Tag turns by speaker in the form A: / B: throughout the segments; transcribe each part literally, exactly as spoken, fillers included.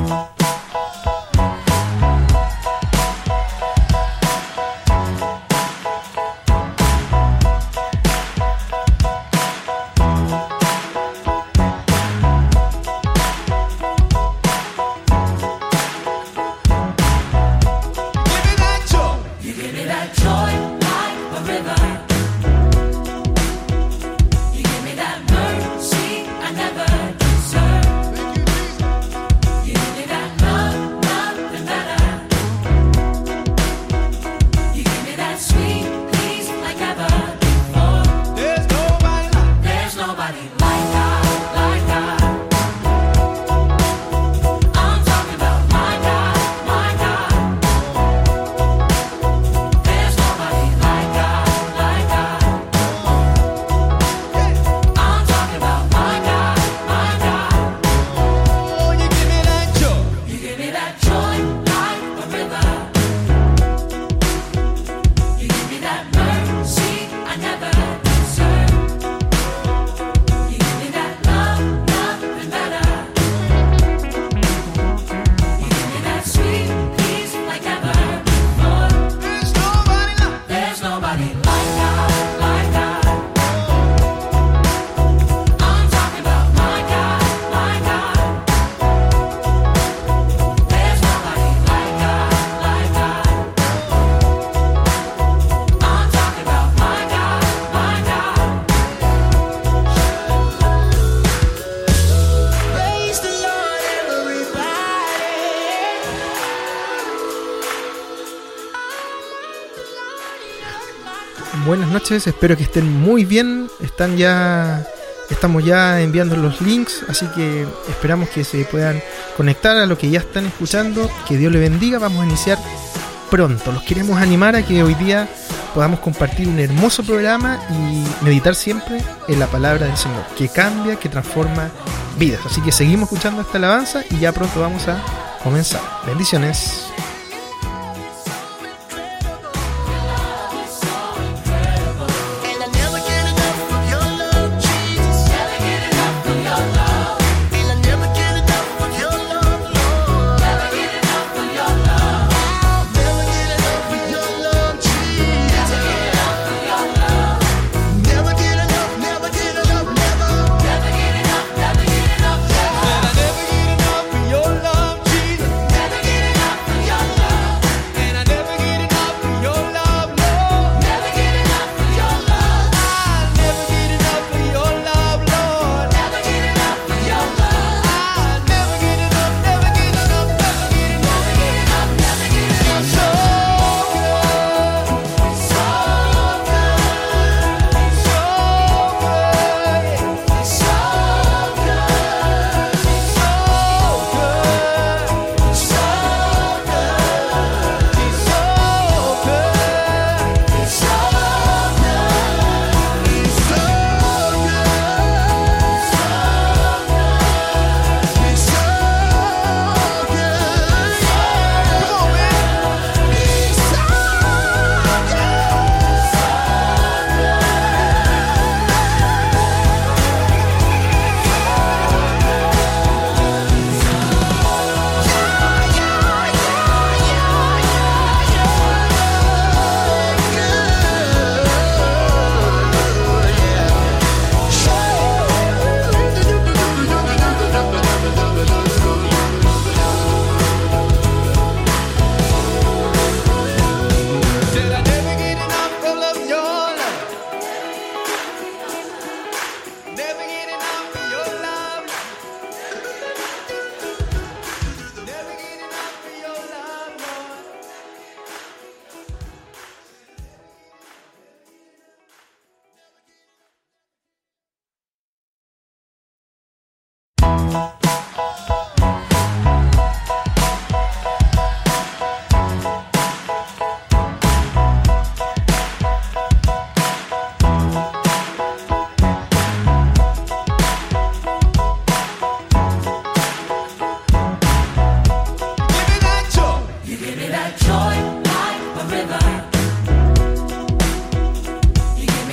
A: Buenas noches, espero que estén muy bien. Están ya, estamos ya enviando los links, así que esperamos que se puedan conectar a lo que ya están escuchando. Que Dios les bendiga. Vamos a iniciar pronto. Los queremos animar a que hoy día podamos compartir un hermoso programa y meditar siempre en la palabra del Señor, que cambia, que transforma vidas. Así que seguimos escuchando esta alabanza y ya pronto vamos a comenzar. Bendiciones.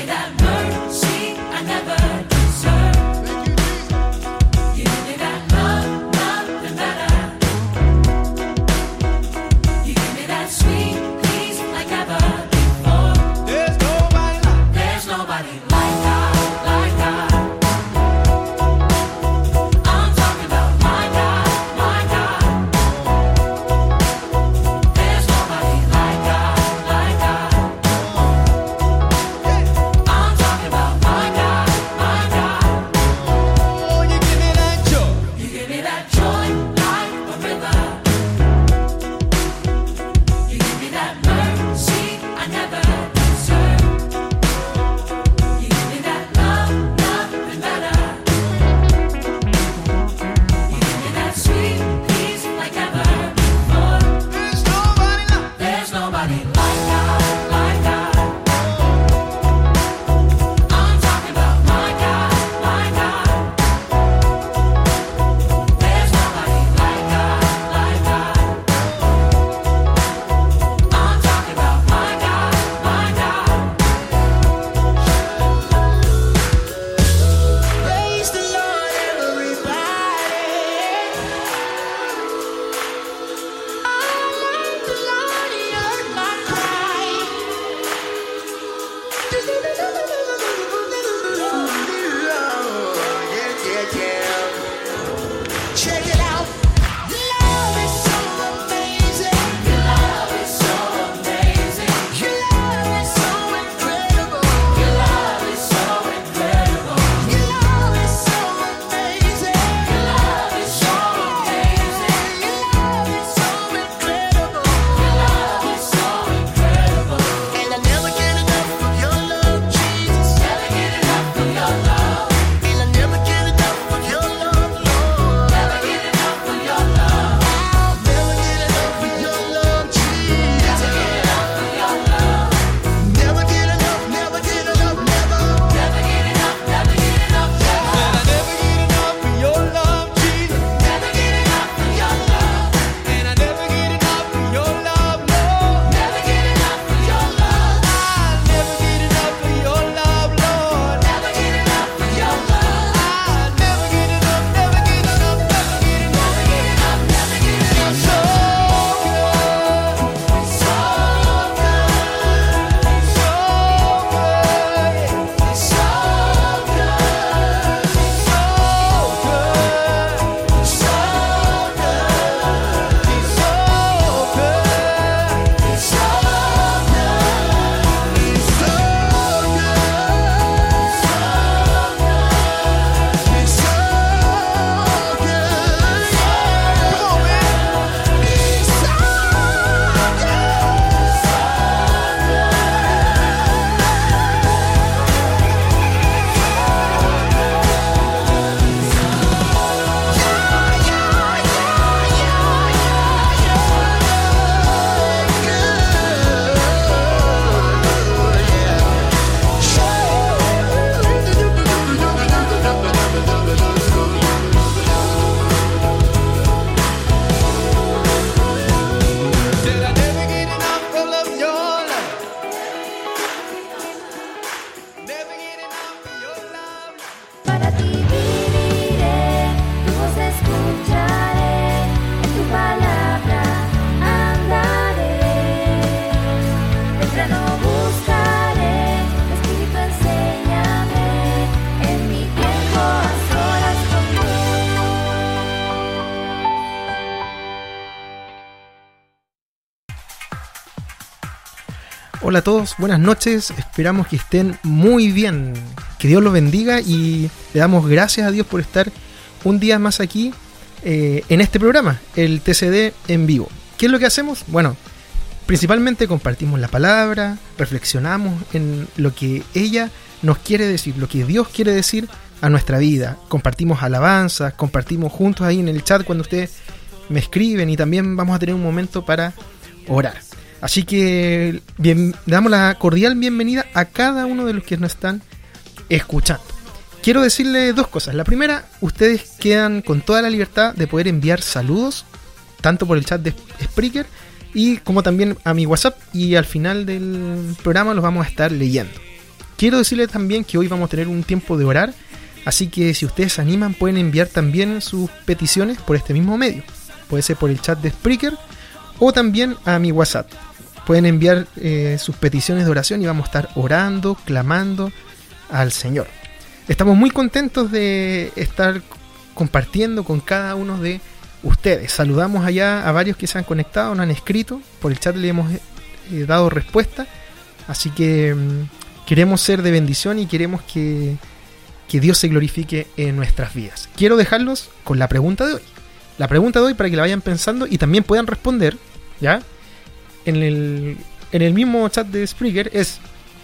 B: Never deserve. You give me that love.
A: Hola a todos, buenas noches, esperamos que estén muy bien, que Dios los bendiga y le damos gracias a Dios por estar un día más aquí eh, en este programa, el T C D en vivo. ¿Qué es lo que hacemos? Bueno, principalmente compartimos la palabra, reflexionamos en lo que ella nos quiere decir, lo que Dios quiere decir a nuestra vida, compartimos alabanzas, compartimos juntos ahí en el chat cuando ustedes me escriben y también vamos a tener un momento para orar. Así que bien, damos la cordial bienvenida a cada uno de los que nos están escuchando. Quiero decirles dos cosas. La primera, ustedes quedan con toda la libertad de poder enviar saludos, tanto por el chat de Spreaker y como también a mi WhatsApp, y al final del programa los vamos a estar leyendo. Quiero decirles también que hoy vamos a tener un tiempo de orar, así que si ustedes se animan pueden enviar también sus peticiones por este mismo medio. Puede ser por el chat de Spreaker o también a mi WhatsApp. Pueden enviar eh, sus peticiones de oración y vamos a estar orando, clamando al Señor. Estamos muy contentos de estar compartiendo con cada uno de ustedes. Saludamos allá a varios que se han conectado, nos han escrito. Por el chat le hemos eh, dado respuesta. Así que mmm, queremos ser de bendición y queremos que, que Dios se glorifique en nuestras vidas. Quiero dejarlos con la pregunta de hoy. La pregunta de hoy para que la vayan pensando y también puedan responder, ¿ya? En el, en el mismo chat de Spreaker es: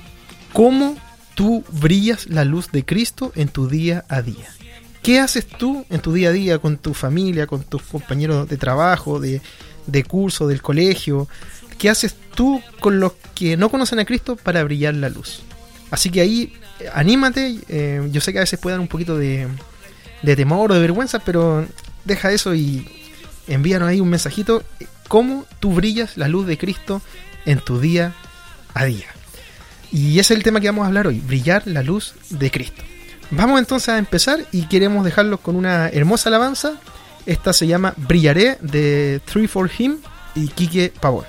A: ¿cómo tú brillas la luz de Cristo en tu día a día? ¿Qué haces tú en tu día a día con tu familia, con tus compañeros de trabajo, de, de curso, del colegio? ¿Qué haces tú con los que no conocen a Cristo para brillar la luz? Así que ahí, anímate. Eh, yo sé que a veces puede dar un poquito de, de temor o de vergüenza, pero deja eso y envíanos ahí un mensajito. ¿Cómo tú brillas la luz de Cristo en tu día a día? Y ese es el tema que vamos a hablar hoy, brillar la luz de Cristo. Vamos entonces a empezar y queremos dejarlos con una hermosa alabanza. Esta se llama Brillaré, de Three for Him y Quique Pavón.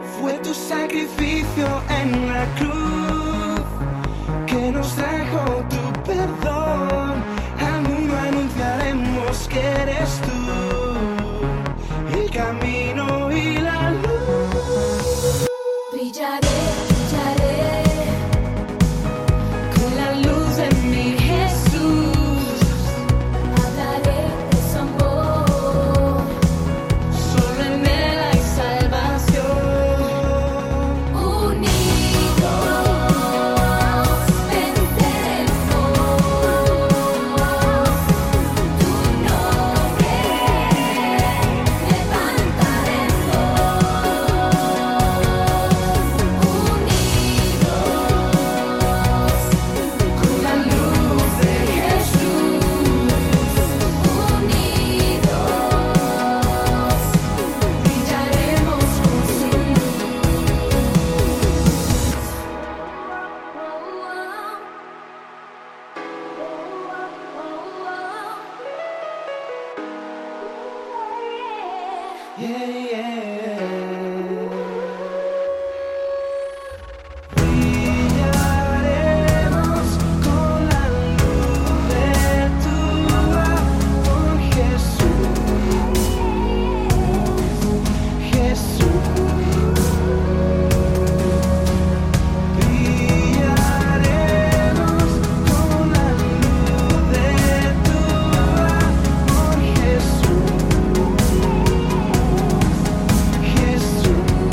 B: Fue tu sacrificio en la cruz que nos trajo tu perdón. Al mundo anunciaremos que eres tú el camino y la luz.
C: Brillaré, brillaré con la luz de mi Jesús. Hablaré de su amor, solo en él hay salvación. Unidos venceremos, tu nombre levantaremos. Con la luz de Jesús, unidos, brillaremos con su luz.
B: Yeah, yeah. Brillaremos con la luz de tu amor, Jesús, Jesús. Brillaremos con la luz de tu amor, Jesús, Jesús.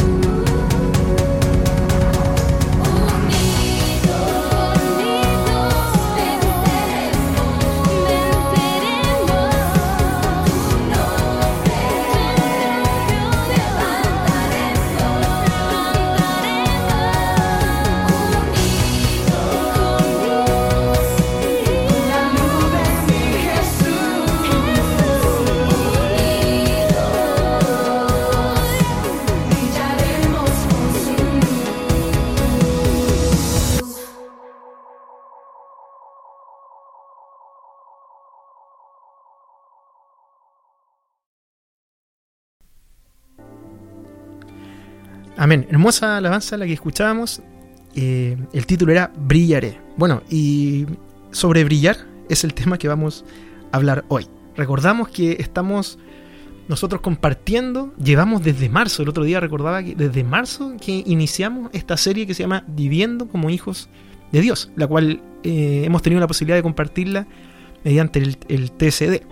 A: Amén. Hermosa alabanza la que escuchábamos. Eh, el título era Brillaré. Bueno, y sobre brillar es el tema que vamos a hablar hoy. Recordamos que estamos nosotros compartiendo, llevamos desde marzo, el otro día recordaba que desde marzo que iniciamos esta serie que se llama Viviendo como hijos de Dios, la cual eh, hemos tenido la posibilidad de compartirla mediante el, el T S D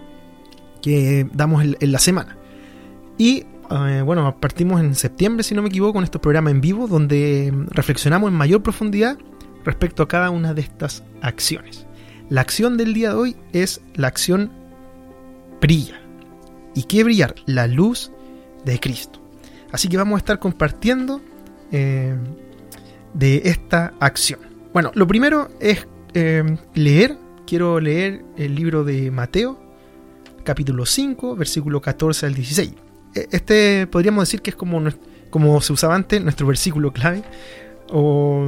A: que damos en, en la semana. Y eh, bueno, partimos en septiembre, si no me equivoco, con estos programas en vivo donde reflexionamos en mayor profundidad respecto a cada una de estas acciones. La acción del día de hoy es la acción brilla. ¿Y qué brillar? La luz de Cristo. Así que vamos a estar compartiendo eh, de esta acción. Bueno, lo primero es eh, leer. Quiero leer el libro de Mateo, capítulo cinco, versículo catorce al dieciséis. Este podríamos decir que es como, como se usaba antes, nuestro versículo clave, o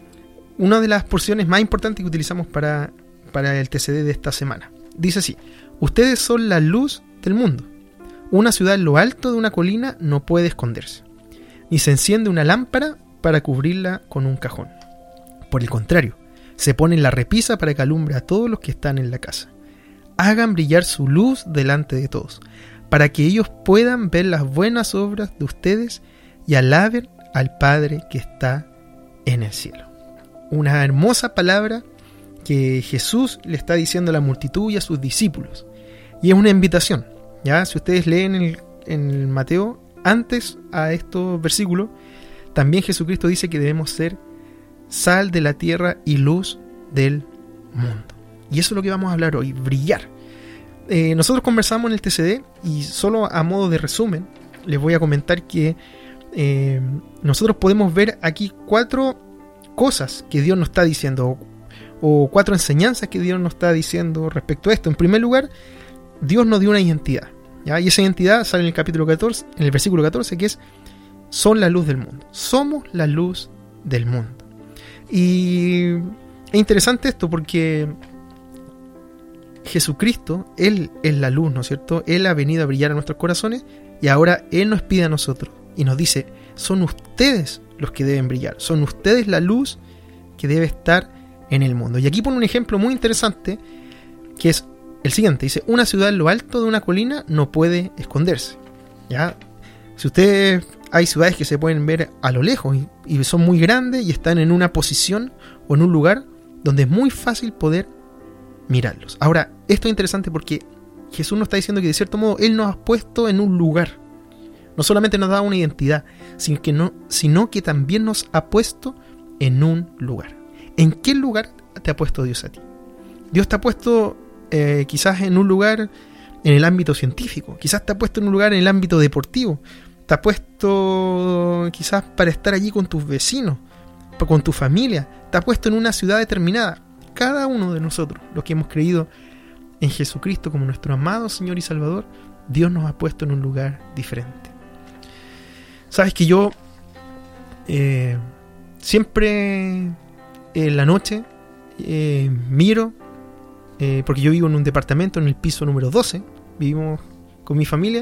A: una de las porciones más importantes que utilizamos para, para el T C D de esta semana. Dice así: ustedes son la luz del mundo. Una ciudad en lo alto de una colina no puede esconderse, ni se enciende una lámpara para cubrirla con un cajón. Por el contrario, se pone en la repisa para que alumbre a todos los que están en la casa. Hagan brillar su luz delante de todos, para que ellos puedan ver las buenas obras de ustedes y alaben al Padre que está en el cielo. Una hermosa palabra que Jesús le está diciendo a la multitud y a sus discípulos. Y es una invitación. Ya, si ustedes leen el, en el Mateo, antes a estos versículos, también Jesucristo dice que debemos ser sal de la tierra y luz del mundo. Y eso es lo que vamos a hablar hoy, brillar. Eh, nosotros conversamos en el T C D y solo a modo de resumen les voy a comentar que eh, nosotros podemos ver aquí cuatro cosas que Dios nos está diciendo, o, o cuatro enseñanzas que Dios nos está diciendo respecto a esto. En primer lugar, Dios nos dio una identidad, ¿ya? Y esa identidad sale en el capítulo catorce, en el versículo catorce, que es: son la luz del mundo. Somos la luz del mundo. Y es interesante esto porque Jesucristo, Él es la luz, ¿no es cierto? Él ha venido a brillar en nuestros corazones y ahora Él nos pide a nosotros y nos dice: son ustedes los que deben brillar, son ustedes la luz que debe estar en el mundo. Y aquí pone un ejemplo muy interesante, que es el siguiente. Dice, una ciudad en lo alto de una colina no puede esconderse. ¿Ya? Si ustedes, hay ciudades que se pueden ver a lo lejos y, y son muy grandes y están en una posición o en un lugar donde es muy fácil poder mirarlos. Ahora, esto es interesante porque Jesús nos está diciendo que de cierto modo Él nos ha puesto en un lugar. No solamente nos da una identidad, sino que, no, sino que también nos ha puesto en un lugar. ¿En qué lugar te ha puesto Dios a ti? Dios te ha puesto eh, quizás en un lugar en el ámbito científico, quizás te ha puesto en un lugar en el ámbito deportivo, te ha puesto quizás para estar allí con tus vecinos, con tu familia, te ha puesto en una ciudad determinada. Cada uno de nosotros, los que hemos creído en Jesucristo como nuestro amado Señor y Salvador, Dios nos ha puesto en un lugar diferente. Sabes que yo eh, siempre en la noche eh, miro, eh, porque yo vivo en un departamento en el piso número doce, vivimos con mi familia,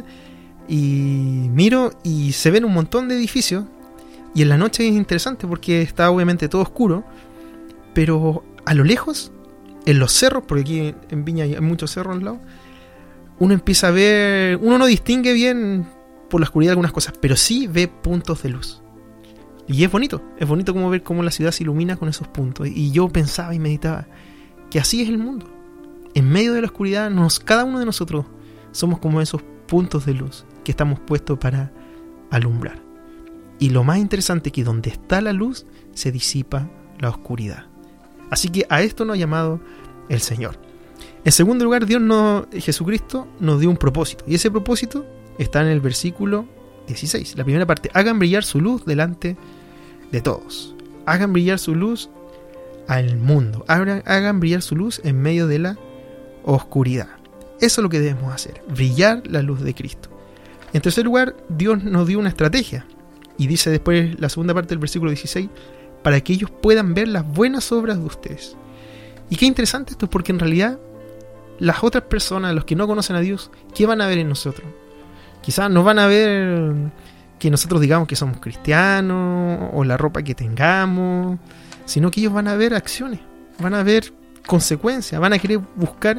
A: y miro y se ven un montón de edificios, y en la noche es interesante porque está obviamente todo oscuro, pero a lo lejos, en los cerros, porque aquí en Viña hay muchos cerros al lado, uno empieza a ver, uno no distingue bien por la oscuridad algunas cosas, pero sí ve puntos de luz. Y es bonito, es bonito como ver cómo la ciudad se ilumina con esos puntos. Y yo pensaba y meditaba que así es el mundo. En medio de la oscuridad, nos, cada uno de nosotros somos como esos puntos de luz que estamos puestos para alumbrar. Y lo más interesante es que donde está la luz, se disipa la oscuridad. Así que a esto nos ha llamado el Señor. En segundo lugar, Dios nos, Jesucristo nos dio un propósito. Y ese propósito está en el versículo dieciséis. La primera parte. Hagan brillar su luz delante de todos. Hagan brillar su luz al mundo. Hagan, hagan brillar su luz en medio de la oscuridad. Eso es lo que debemos hacer. Brillar la luz de Cristo. En tercer lugar, Dios nos dio una estrategia. Y dice después la segunda parte del versículo dieciséis. Para que ellos puedan ver las buenas obras de ustedes. Y qué interesante esto, porque en realidad las otras personas, los que no conocen a Dios, ¿qué van a ver en nosotros? Quizás no van a ver que nosotros digamos que somos cristianos o la ropa que tengamos, sino que ellos van a ver acciones, van a ver consecuencias, van a querer buscar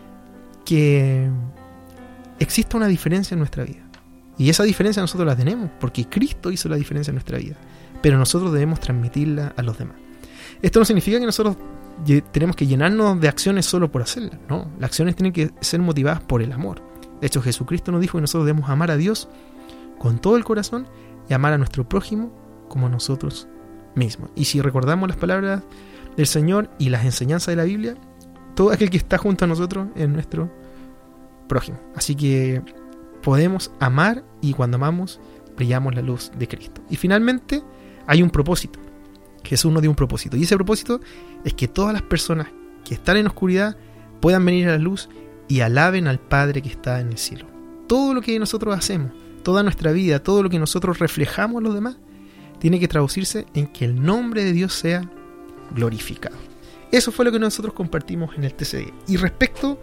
A: que exista una diferencia en nuestra vida. Y esa diferencia nosotros la tenemos, porque Cristo hizo la diferencia en nuestra vida, pero nosotros debemos transmitirla a los demás. Esto no significa que nosotros tenemos que llenarnos de acciones solo por hacerlas, no, las acciones tienen que ser motivadas por el amor. De hecho, Jesucristo nos dijo que nosotros debemos amar a Dios con todo el corazón y amar a nuestro prójimo como a nosotros mismos. Y si recordamos las palabras del Señor y las enseñanzas de la Biblia, todo aquel que está junto a nosotros es nuestro prójimo. Así que podemos amar, y cuando amamos, brillamos la luz de Cristo. Y finalmente, hay un propósito. Jesús nos dio un propósito. Y ese propósito es que todas las personas que están en oscuridad puedan venir a la luz y alaben al Padre que está en el cielo. Todo lo que nosotros hacemos, toda nuestra vida, todo lo que nosotros reflejamos a los demás, tiene que traducirse en que el nombre de Dios sea glorificado. Eso fue lo que nosotros compartimos en el T C D. Y respecto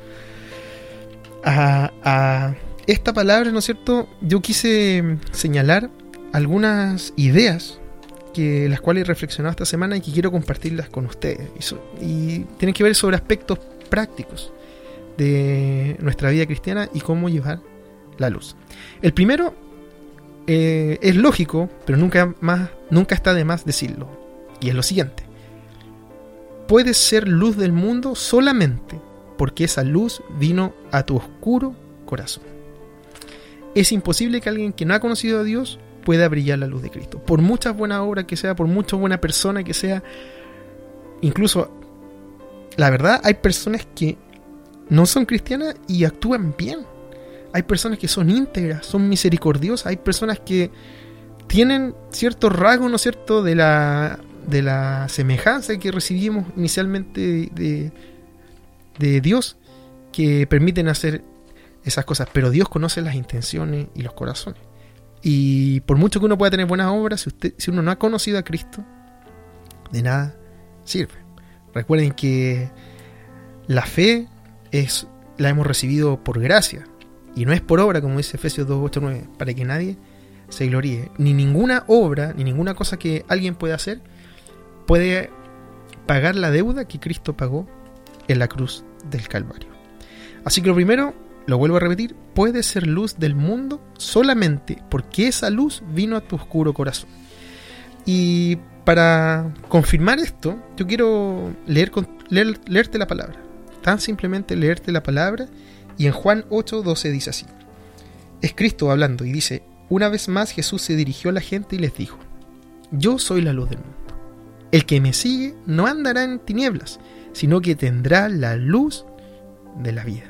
A: a, a esta palabra, ¿no es cierto?, yo quise señalar algunas ideas que las cuales he reflexionado esta semana y que quiero compartirlas con ustedes. Y, so, y tienen que ver sobre aspectos prácticos de nuestra vida cristiana y cómo llevar la luz. El primero eh, es lógico, pero nunca más, nunca está de más decirlo. Y es lo siguiente: puedes ser luz del mundo solamente porque esa luz vino a tu oscuro corazón. Es imposible que alguien que no ha conocido a Dios pueda brillar la luz de Cristo. Por muchas buenas obras que sea, por mucha buena persona que sea, incluso, la verdad, hay personas que no son cristianas y actúan bien. Hay personas que son íntegras, son misericordiosas. Hay personas que tienen ciertos rasgos, ¿no es cierto?, de la, de la semejanza que recibimos inicialmente de, de, de Dios, que permiten hacer esas cosas. Pero Dios conoce las intenciones y los corazones. Y por mucho que uno pueda tener buenas obras, si, usted, si uno no ha conocido a Cristo, de nada sirve. Recuerden que la fe es, la hemos recibido por gracia, y no es por obra, como dice Efesios dos, ocho, nueve, para que nadie se gloríe, ni ninguna obra, ni ninguna cosa que alguien pueda hacer puede pagar la deuda que Cristo pagó en la cruz del Calvario. Así que lo primero, lo vuelvo a repetir, puedes ser luz del mundo solamente porque esa luz vino a tu oscuro corazón. Y para confirmar esto, yo quiero leer, leer, leerte la palabra. Tan simplemente leerte la palabra. Y en Juan ocho doce dice así. Es Cristo hablando y dice: una vez más Jesús se dirigió a la gente y les dijo: yo soy la luz del mundo. El que me sigue no andará en tinieblas, sino que tendrá la luz de la vida.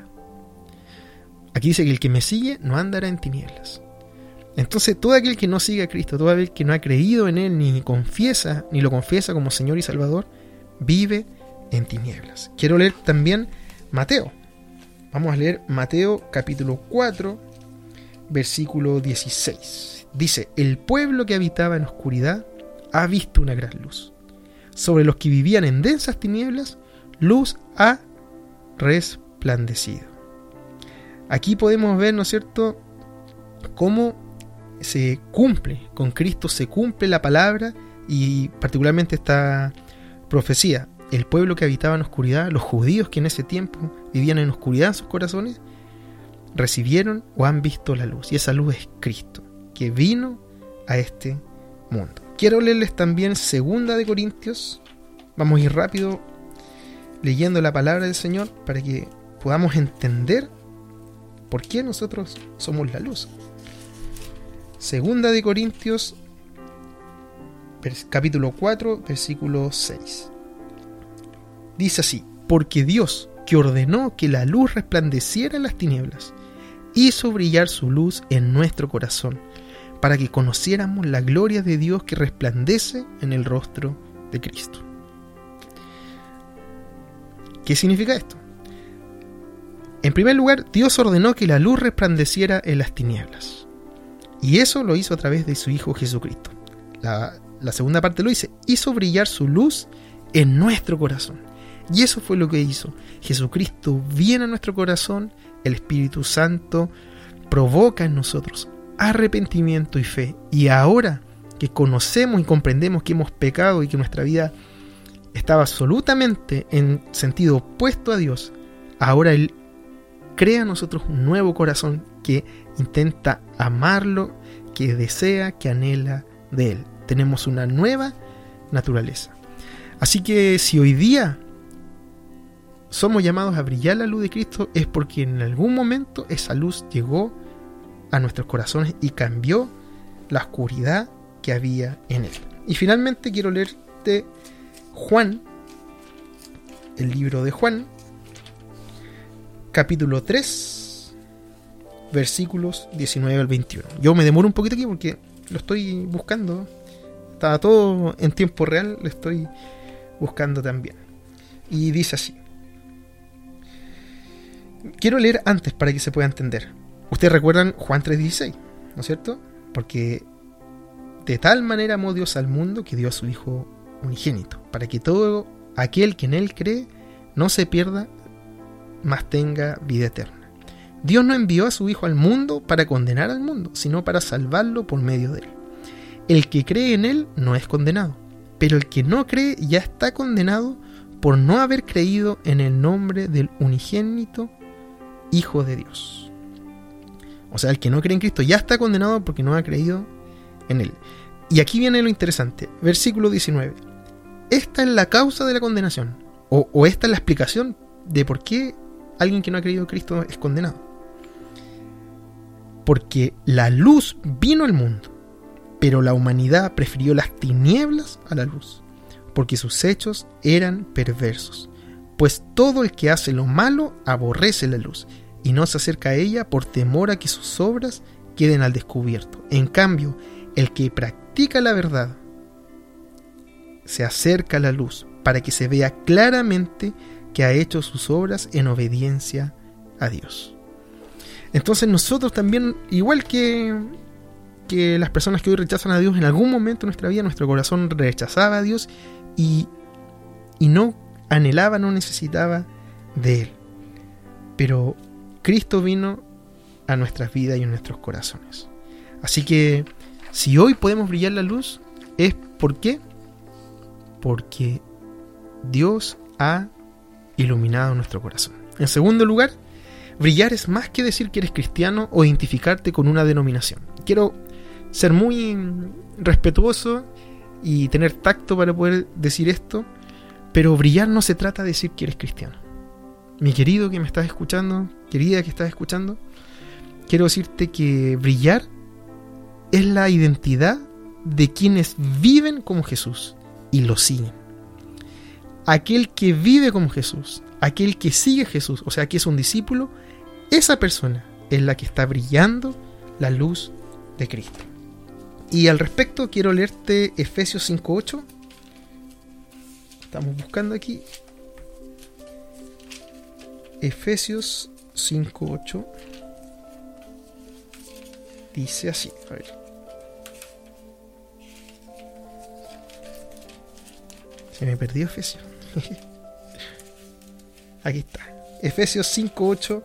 A: Aquí dice que el que me sigue no andará en tinieblas. Entonces todo aquel que no sigue a Cristo, todo aquel que no ha creído en Él, ni confiesa, ni lo confiesa como Señor y Salvador, vive en tinieblas. Quiero leer también Mateo. Vamos a leer Mateo capítulo cuatro, versículo dieciséis. Dice: el pueblo que habitaba en oscuridad ha visto una gran luz. Sobre los que vivían en densas tinieblas, luz ha resplandecido. Aquí podemos ver, ¿no es cierto?, cómo se cumple, con Cristo se cumple la palabra y particularmente esta profecía. El pueblo que habitaba en oscuridad, los judíos que en ese tiempo vivían en oscuridad en sus corazones, recibieron o han visto la luz. Y esa luz es Cristo, que vino a este mundo. Quiero leerles también segunda de Corintios. Vamos a ir rápido leyendo la palabra del Señor para que podamos entender por qué nosotros somos la luz. Segunda de Corintios, capítulo cuatro, versículo seis. Dice así: porque Dios, que ordenó que la luz resplandeciera en las tinieblas, hizo brillar su luz en nuestro corazón, para que conociéramos la gloria de Dios que resplandece en el rostro de Cristo. ¿Qué significa esto? En primer lugar, Dios ordenó que la luz resplandeciera en las tinieblas. Y eso lo hizo a través de su Hijo Jesucristo. La, la segunda parte lo dice: hizo brillar su luz en nuestro corazón. Y eso fue lo que hizo. Jesucristo viene a nuestro corazón, el Espíritu Santo provoca en nosotros arrepentimiento y fe. Y ahora que conocemos y comprendemos que hemos pecado y que nuestra vida estaba absolutamente en sentido opuesto a Dios, ahora Él crea en nosotros un nuevo corazón que intenta amarlo, que desea, que anhela de Él. Tenemos una nueva naturaleza. Así que si hoy día somos llamados a brillar la luz de Cristo, es porque en algún momento esa luz llegó a nuestros corazones y cambió la oscuridad que había en Él. Y finalmente quiero leerte Juan, el libro de Juan, capítulo tres, versículos diecinueve al veintiuno. Yo me demoro un poquito aquí porque lo estoy buscando. Estaba todo en tiempo real, lo estoy buscando también. Y dice así. Quiero leer antes para que se pueda entender. Ustedes recuerdan Juan tres dieciséis, ¿no es cierto? Porque de tal manera amó Dios al mundo que dio a su Hijo unigénito, para que todo aquel que en Él cree no se pierda, mas tenga vida eterna. Dios no envió a su Hijo al mundo para condenar al mundo, sino para salvarlo por medio de Él. El que cree en Él no es condenado, pero el que no cree ya está condenado por no haber creído en el nombre del unigénito Hijo de Dios. O sea, el que no cree en Cristo ya está condenado porque no ha creído en Él. Y aquí viene lo interesante, versículo diecinueve. Esta es la causa de la condenación, o, o esta es la explicación de por qué alguien que no ha creído en Cristo es condenado. Porque la luz vino al mundo, pero la humanidad prefirió las tinieblas a la luz, porque sus hechos eran perversos. Pues todo el que hace lo malo aborrece la luz, y no se acerca a ella por temor a que sus obras queden al descubierto. En cambio, el que practica la verdad se acerca a la luz, para que se vea claramente que ha hecho sus obras en obediencia a Dios. Entonces nosotros también, igual que, que las personas que hoy rechazan a Dios, en algún momento de nuestra vida nuestro corazón rechazaba a Dios y, y no anhelaba, no necesitaba de Él. Pero Cristo vino a nuestras vidas y a nuestros corazones. Así que Si hoy podemos brillar la luz, ¿es por qué? Porque Dios ha iluminado nuestro corazón. En segundo lugar, brillar es más que decir que eres cristiano o identificarte con una denominación. Quiero ser muy respetuoso y tener tacto para poder decir esto, pero brillar no se trata de decir que eres cristiano. Mi querido que me estás escuchando, querida que estás escuchando, quiero decirte que brillar es la identidad de quienes viven como Jesús y lo siguen. Aquel que vive como Jesús, aquel que sigue a Jesús, o sea, que es un discípulo, esa persona es la que está brillando la luz de Cristo. Y al respecto quiero leerte Efesios cinco ocho. Estamos buscando aquí. Efesios cinco ocho. Dice así, a ver. Se me perdió Efesios. Aquí está. Efesios cinco ocho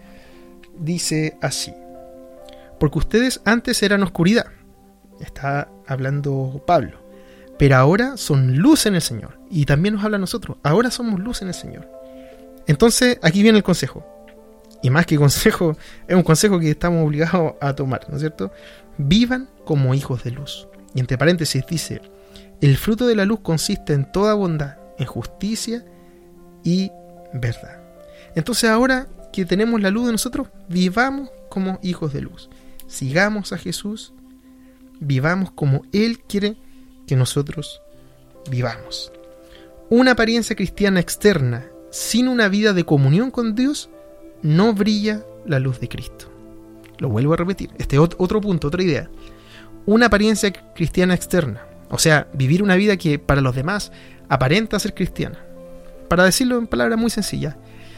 A: dice así: porque ustedes antes eran oscuridad, está hablando Pablo, pero ahora son luz en el Señor. Y también nos habla a nosotros, ahora somos luz en el Señor. Entonces aquí viene el consejo, y más que consejo, es un consejo que estamos obligados a tomar, ¿no es cierto? Vivan como hijos de luz. Y entre paréntesis dice: el fruto de la luz consiste en toda bondad, en justicia y verdad. Entonces ahora que tenemos la luz de nosotros, vivamos como hijos de luz. Sigamos a Jesús, vivamos como Él quiere que nosotros vivamos. Una apariencia cristiana externa sin una vida de comunión con Dios no brilla la luz de Cristo. Lo vuelvo a repetir, este es otro punto, otra idea. Una apariencia cristiana externa, o sea, vivir una vida que para los demás aparenta ser cristiana. Para decirlo en palabras muy sencillas,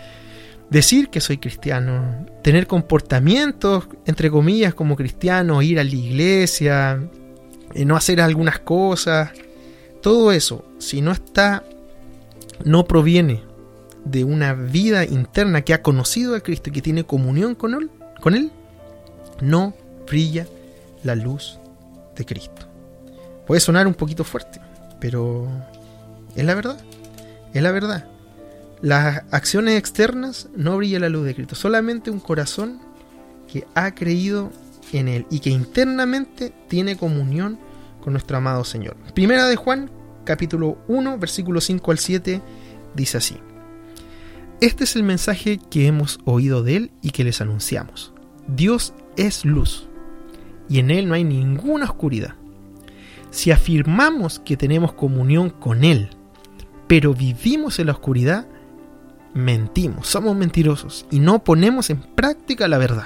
A: decir que soy cristiano, tener comportamientos, entre comillas, como cristiano, ir a la iglesia, no hacer algunas cosas, todo eso, si no está, no proviene de una vida interna que ha conocido a Cristo y que tiene comunión con él, con él, no brilla la luz de Cristo. Puede sonar un poquito fuerte, pero es la verdad, es la verdad. Las acciones externas no brilla la luz de Cristo, solamente un corazón que ha creído en Él y que internamente tiene comunión con nuestro amado Señor. Primera de Juan, capítulo uno, versículos cinco al siete, dice así: este es el mensaje que hemos oído de Él y que les anunciamos. Dios es luz, y en Él no hay ninguna oscuridad. Si afirmamos que tenemos comunión con Él, pero vivimos en la oscuridad, mentimos, somos mentirosos y no ponemos en práctica la verdad.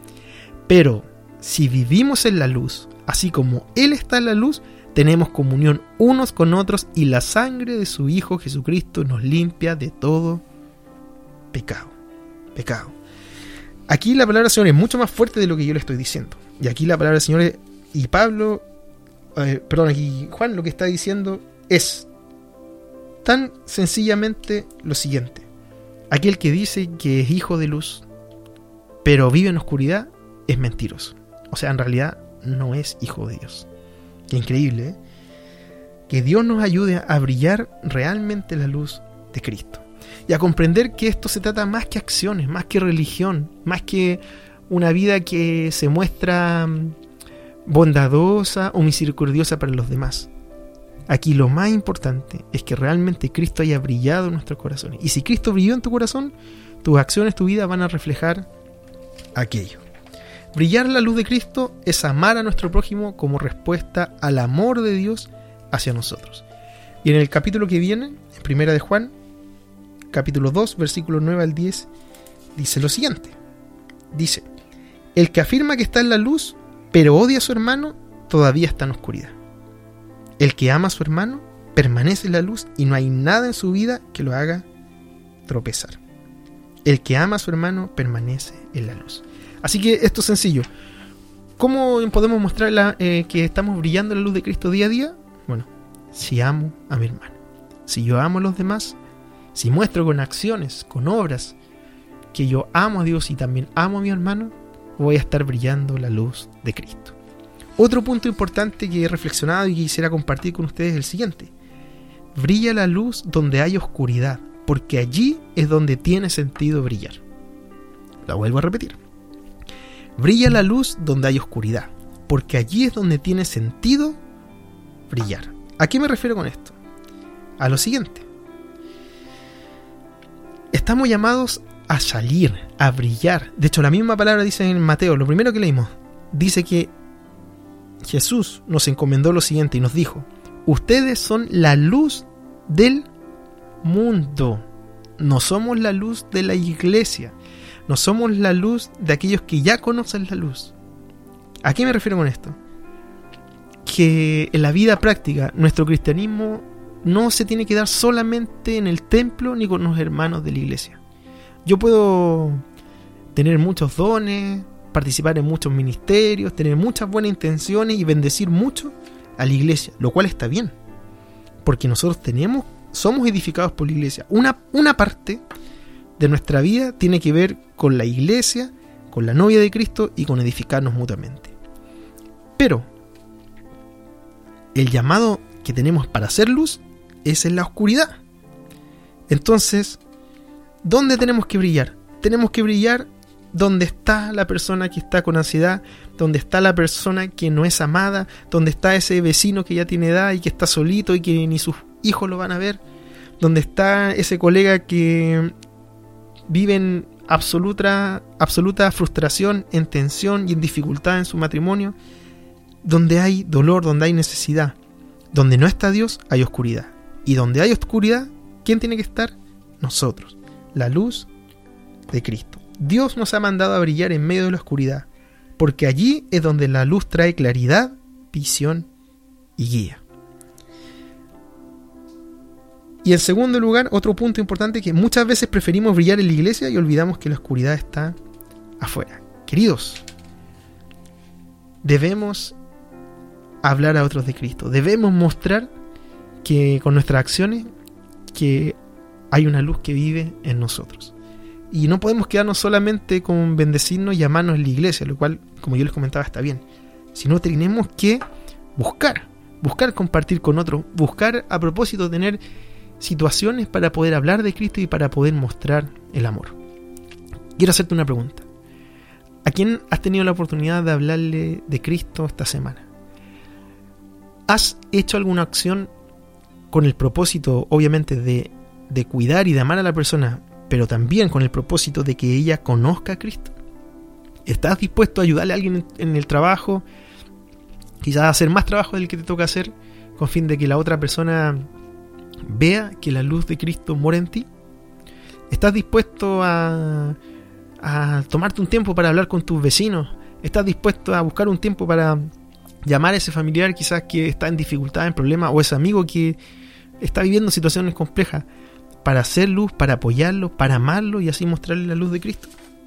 A: Pero si vivimos en la luz, así como Él está en la luz, tenemos comunión unos con otros y la sangre de su Hijo Jesucristo nos limpia de todo pecado. Pecado. Aquí la palabra del Señor es mucho más fuerte de lo que yo le estoy diciendo. Y aquí la palabra del Señor es, y Pablo, eh, perdón, aquí Juan lo que está diciendo es tan sencillamente lo siguiente: aquel que dice que es hijo de luz, pero vive en oscuridad, es mentiroso. O sea, en realidad no es hijo de Dios. Qué increíble, ¿eh? Que Dios nos ayude a brillar realmente la luz de Cristo. Y a comprender que esto se trata más que acciones, más que religión, más que una vida que se muestra bondadosa o misericordiosa para los demás. Aquí lo más importante es que realmente Cristo haya brillado en nuestros corazones. Y si Cristo brilló en tu corazón, tus acciones, tu vida van a reflejar aquello. Brillar la luz de Cristo es amar a nuestro prójimo como respuesta al amor de Dios hacia nosotros. Y en el capítulo que viene, en Primera de Juan, capítulo dos, versículos nueve al diez, dice lo siguiente. Dice: el que afirma que está en la luz, pero odia a su hermano, todavía está en oscuridad. El que ama a su hermano permanece en la luz y no hay nada en su vida que lo haga tropezar. El que ama a su hermano permanece en la luz. Así que esto es sencillo. ¿Cómo podemos mostrar la, eh, que estamos brillando en la luz de Cristo día a día? Bueno, si amo a mi hermano, si yo amo a los demás, si muestro con acciones, con obras, que yo amo a Dios y también amo a mi hermano, voy a estar brillando la luz de Cristo. Otro punto importante que he reflexionado y quisiera compartir con ustedes es el siguiente. Brilla la luz donde hay oscuridad, porque allí es donde tiene sentido brillar. La vuelvo a repetir. Brilla la luz donde hay oscuridad, porque allí es donde tiene sentido brillar. ¿A qué me refiero con esto? A lo siguiente. Estamos llamados a salir, a brillar. De hecho, la misma palabra dice en Mateo, lo primero que leímos, dice que Jesús nos encomendó lo siguiente y nos dijo: ustedes son la luz del mundo. No somos la luz de la iglesia. No somos la luz de aquellos que ya conocen la luz. ¿A qué me refiero con esto? Que en la vida práctica nuestro cristianismo no se tiene que dar solamente en el templo ni con los hermanos de la iglesia. Yo puedo tener muchos dones, participar en muchos ministerios, tener muchas buenas intenciones y bendecir mucho a la iglesia, lo cual está bien, porque nosotros tenemos, somos edificados por la iglesia. Una, una parte de nuestra vida tiene que ver con la iglesia, con la novia de Cristo y con edificarnos mutuamente. Pero el llamado que tenemos para hacer luz es en la oscuridad. Entonces, ¿dónde tenemos que brillar? Tenemos que brillar donde está la persona que está con ansiedad, donde está la persona que no es amada, donde está ese vecino que ya tiene edad y que está solito y que ni sus hijos lo van a ver, donde está ese colega que vive en absoluta, absoluta frustración, en tensión y en dificultad en su matrimonio, donde hay dolor, donde hay necesidad. Donde no está Dios, hay oscuridad. Y donde hay oscuridad, ¿quién tiene que estar? Nosotros, la luz de Cristo. Dios nos ha mandado a brillar en medio de la oscuridad, porque allí es donde la luz trae claridad, visión y guía. Y en segundo lugar, otro punto importante, que muchas veces preferimos brillar en la iglesia y olvidamos que la oscuridad está afuera. Queridos, debemos hablar a otros de Cristo. Debemos mostrar que con nuestras acciones que hay una luz que vive en nosotros. Y no podemos quedarnos solamente con bendecirnos y amarnos en la iglesia, lo cual, como yo les comentaba, está bien. Sino tenemos que buscar, buscar compartir con otros, buscar a propósito tener situaciones para poder hablar de Cristo y para poder mostrar el amor. Quiero hacerte una pregunta. ¿A quién has tenido la oportunidad de hablarle de Cristo esta semana? ¿Has hecho alguna acción con el propósito, obviamente, de, de cuidar y de amar a la persona, pero también con el propósito de que ella conozca a Cristo? ¿Estás dispuesto a ayudarle a alguien en, en el trabajo? Quizás a hacer más trabajo del que te toca hacer, con fin de que la otra persona vea que la luz de Cristo mora en ti. ¿Estás dispuesto a, a tomarte un tiempo para hablar con tus vecinos? ¿Estás dispuesto a buscar un tiempo para llamar a ese familiar quizás que está en dificultad, en problemas, o ese amigo que está viviendo situaciones complejas, para hacer luz, para apoyarlo, para amarlo y así mostrarle la luz de Cristo?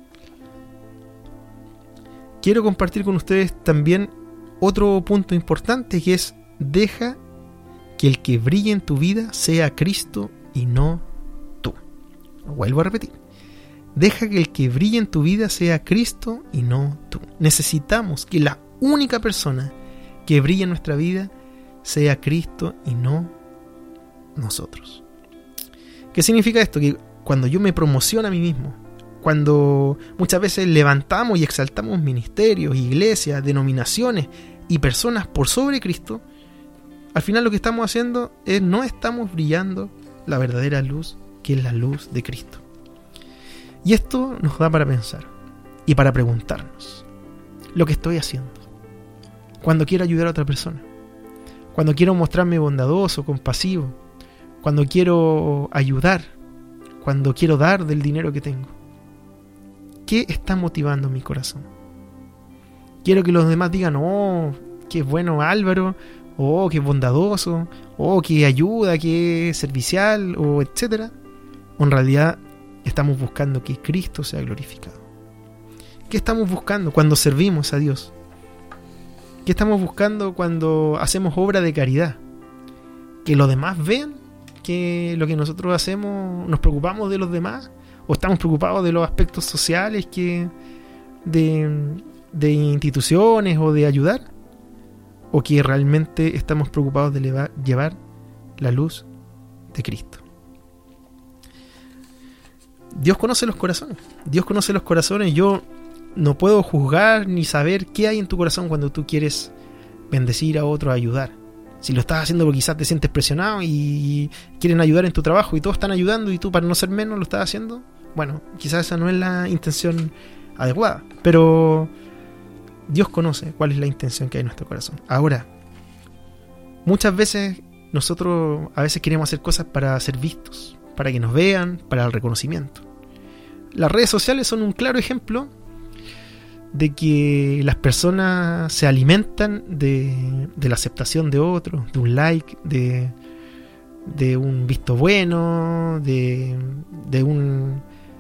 A: Quiero compartir con ustedes también otro punto importante, que es: deja que el que brille en tu vida sea Cristo y no tú. Lo vuelvo a repetir. Deja que el que brille en tu vida sea Cristo y no tú. Necesitamos que la única persona que brille en nuestra vida sea Cristo y no nosotros. ¿Qué significa esto? Que cuando yo me promociono a mí mismo, cuando muchas veces levantamos y exaltamos ministerios, iglesias, denominaciones y personas por sobre Cristo, al final lo que estamos haciendo es no estamos brillando la verdadera luz, que es la luz de Cristo. Y esto nos da para pensar y para preguntarnos lo que estoy haciendo. Cuando quiero ayudar a otra persona, cuando quiero mostrarme bondadoso, compasivo, cuando quiero ayudar, cuando quiero dar del dinero que tengo, ¿qué está motivando mi corazón? Quiero que los demás digan: oh, qué bueno Álvaro, oh, qué bondadoso, oh, qué ayuda, qué servicial, o etcétera. O en realidad estamos buscando que Cristo sea glorificado. ¿Qué estamos buscando cuando servimos a Dios? ¿Qué estamos buscando cuando hacemos obra de caridad? ¿Que los demás vean que lo que nosotros hacemos, nos preocupamos de los demás? ¿O estamos preocupados de los aspectos sociales que de, de instituciones o de ayudar? o que realmente estamos preocupados de leva- llevar la luz de Cristo. Dios conoce los corazones. Dios conoce los corazones. Yo no puedo juzgar ni saber qué hay en tu corazón cuando tú quieres bendecir a otro, ayudar. Si lo estás haciendo porque quizás te sientes presionado y quieren ayudar en tu trabajo y todos están ayudando y tú, para no ser menos, lo estás haciendo, bueno, quizás esa no es la intención adecuada. Pero Dios conoce cuál es la intención que hay en nuestro corazón. Ahora, muchas veces nosotros a veces queremos hacer cosas para ser vistos, para que nos vean, para el reconocimiento. Las redes sociales son un claro ejemplo de que las personas se alimentan de, de la aceptación de otros, de un like, de, de un visto bueno, de, de un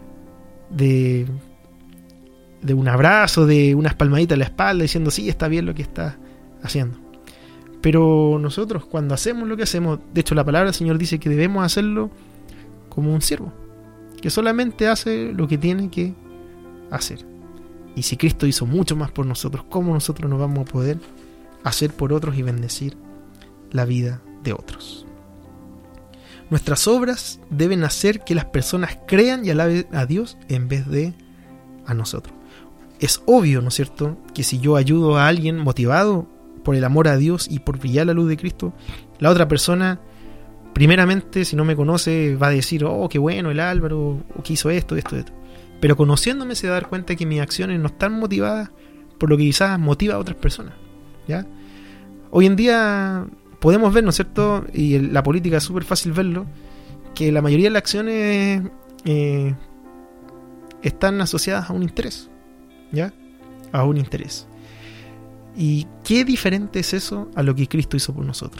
A: de, de un abrazo, de unas palmaditas en la espalda diciendo sí, está bien lo que estás haciendo. Pero nosotros cuando hacemos lo que hacemos, de hecho la palabra del Señor dice que debemos hacerlo como un siervo, que solamente hace lo que tiene que hacer. Y si Cristo hizo mucho más por nosotros, ¿cómo nosotros no vamos a poder hacer por otros y bendecir la vida de otros? Nuestras obras deben hacer que las personas crean y alaben a Dios en vez de a nosotros. Es obvio, ¿no es cierto?, que si yo ayudo a alguien motivado por el amor a Dios y por brillar la luz de Cristo, la otra persona, primeramente, si no me conoce, va a decir, oh, qué bueno el Álvaro, o que hizo esto, esto, esto. Pero conociéndome se da dar cuenta que mis acciones no están motivadas por lo que quizás motiva a otras personas, ¿ya? Hoy en día podemos ver, ¿no es cierto?, y la política es súper fácil verlo, que la mayoría de las acciones eh, están asociadas a un interés, ¿ya? A un interés. ¿Y qué diferente es eso a lo que Cristo hizo por nosotros?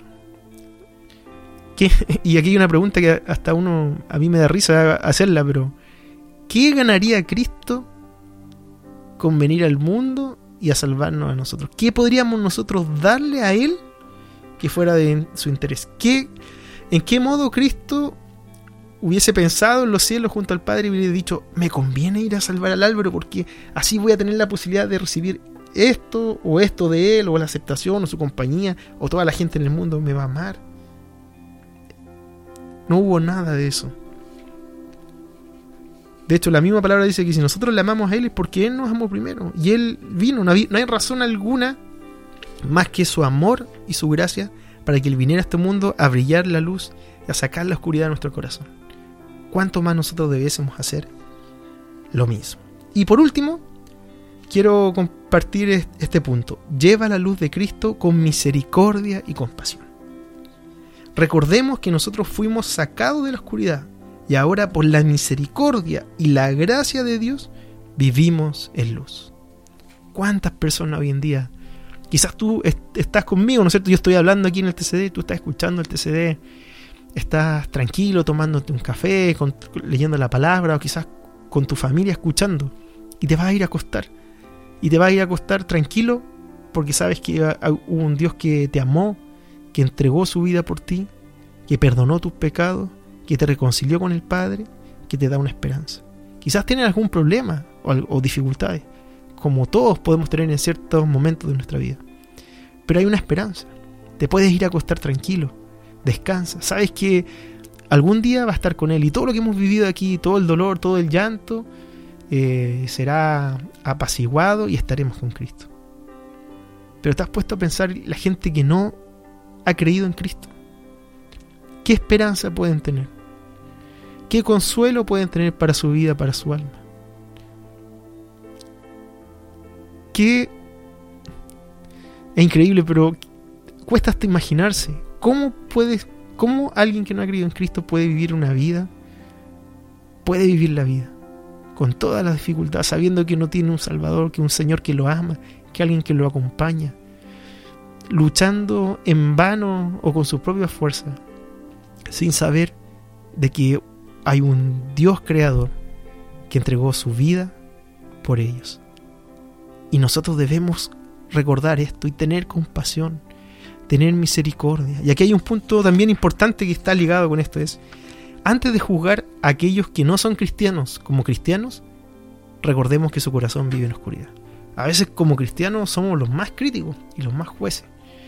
A: ¿Qué? Y aquí hay una pregunta que hasta uno, a mí me da risa hacerla, pero ¿qué ganaría Cristo con venir al mundo y a salvarnos a nosotros? ¿Qué podríamos nosotros darle a Él que fuera de su interés? ¿Qué, ¿En qué modo Cristo hubiese pensado en los cielos junto al Padre y hubiera dicho, me conviene ir a salvar al Álvaro porque así voy a tener la posibilidad de recibir esto o esto de Él, o la aceptación o su compañía, o toda la gente en el mundo me va a amar? No hubo nada de eso. De hecho, la misma palabra dice que si nosotros le amamos a Él es porque Él nos amó primero. Y Él vino, no hay, no hay razón alguna más que su amor y su gracia para que Él viniera a este mundo a brillar la luz y a sacar la oscuridad de nuestro corazón. ¿Cuánto más nosotros debiésemos hacer lo mismo? Y por último, quiero compartir este punto. Lleva la luz de Cristo con misericordia y compasión. Recordemos que nosotros fuimos sacados de la oscuridad y ahora por la misericordia y la gracia de Dios vivimos en luz. ¿Cuántas personas hoy en día? Quizás tú est- estás conmigo, ¿no es cierto? Yo estoy hablando aquí en el T C D, tú estás escuchando el T C D, estás tranquilo tomándote un café, con, leyendo la palabra, o quizás con tu familia escuchando, y te vas a ir a acostar. Y te vas a ir a acostar tranquilo porque sabes que hubo un Dios que te amó, que entregó su vida por ti, que perdonó tus pecados, que te reconcilió con el Padre, que te da una esperanza. Quizás tienes algún problema o, o dificultades, como todos podemos tener en ciertos momentos de nuestra vida. Pero hay una esperanza. Te puedes ir a acostar tranquilo, descansa. Sabes que algún día va a estar con Él y todo lo que hemos vivido aquí, todo el dolor, todo el llanto, eh, será apaciguado y estaremos con Cristo. Pero te has puesto a pensar la gente que no ha creído en Cristo. ¿Qué esperanza pueden tener? ¿Qué consuelo pueden tener para su vida, para su alma? ¿Qué? Es increíble, pero cuesta hasta imaginarse. ¿Cómo puedes, cómo alguien que no ha creído en Cristo puede vivir una vida? Puede vivir la vida con todas las dificultades, sabiendo que no tiene un Salvador, que un Señor que lo ama, que alguien que lo acompaña, luchando en vano o con sus propias fuerzas, sin saber de que hay un Dios creador que entregó su vida por ellos. Y nosotros debemos recordar esto y tener compasión, tener misericordia. Y aquí hay un punto también importante que está ligado con esto, es antes de juzgar a aquellos que no son cristianos como cristianos, recordemos que su corazón vive en oscuridad. A veces como cristianos somos los más críticos y los más jueces.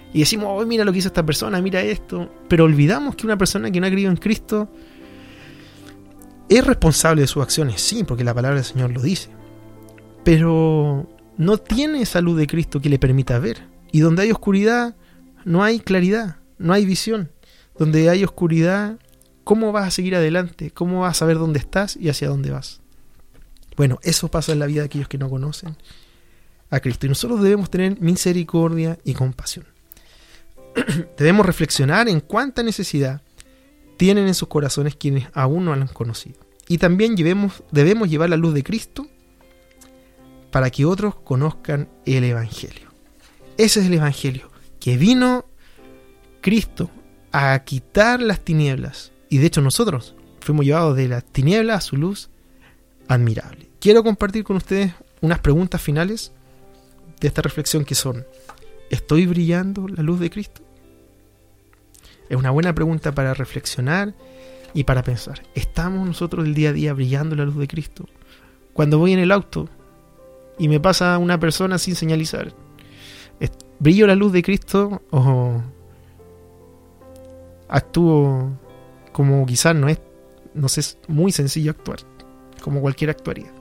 A: Y decimos, oh, mira lo que hizo esta persona, mira esto. Pero olvidamos que una persona que no ha creído en Cristo es responsable de sus acciones, sí, porque la palabra del Señor lo dice. Pero no tiene esa luz de Cristo que le permita ver. Y donde hay oscuridad, no hay claridad, no hay visión. Donde hay oscuridad, ¿cómo vas a seguir adelante? ¿Cómo vas a saber dónde estás y hacia dónde vas? Bueno, eso pasa en la vida de aquellos que no conocen a Cristo. Y nosotros debemos tener misericordia y compasión. Debemos reflexionar en cuánta necesidad tienen en sus corazones quienes aún no lo han conocido. Y también llevemos, debemos llevar la luz de Cristo para que otros conozcan el Evangelio. Ese es el Evangelio, que vino Cristo a quitar las tinieblas. Y de hecho nosotros fuimos llevados de las tinieblas a su luz admirable. Quiero compartir con ustedes unas preguntas finales de esta reflexión que son: ¿estoy brillando la luz de Cristo? Es una buena pregunta para reflexionar y para pensar. ¿Estamos nosotros el día a día brillando la luz de Cristo? Cuando voy en el auto y me pasa una persona sin señalizar, ¿brillo la luz de Cristo o actúo como quizás no es, no sé, es muy sencillo actuar, como cualquiera actuaría?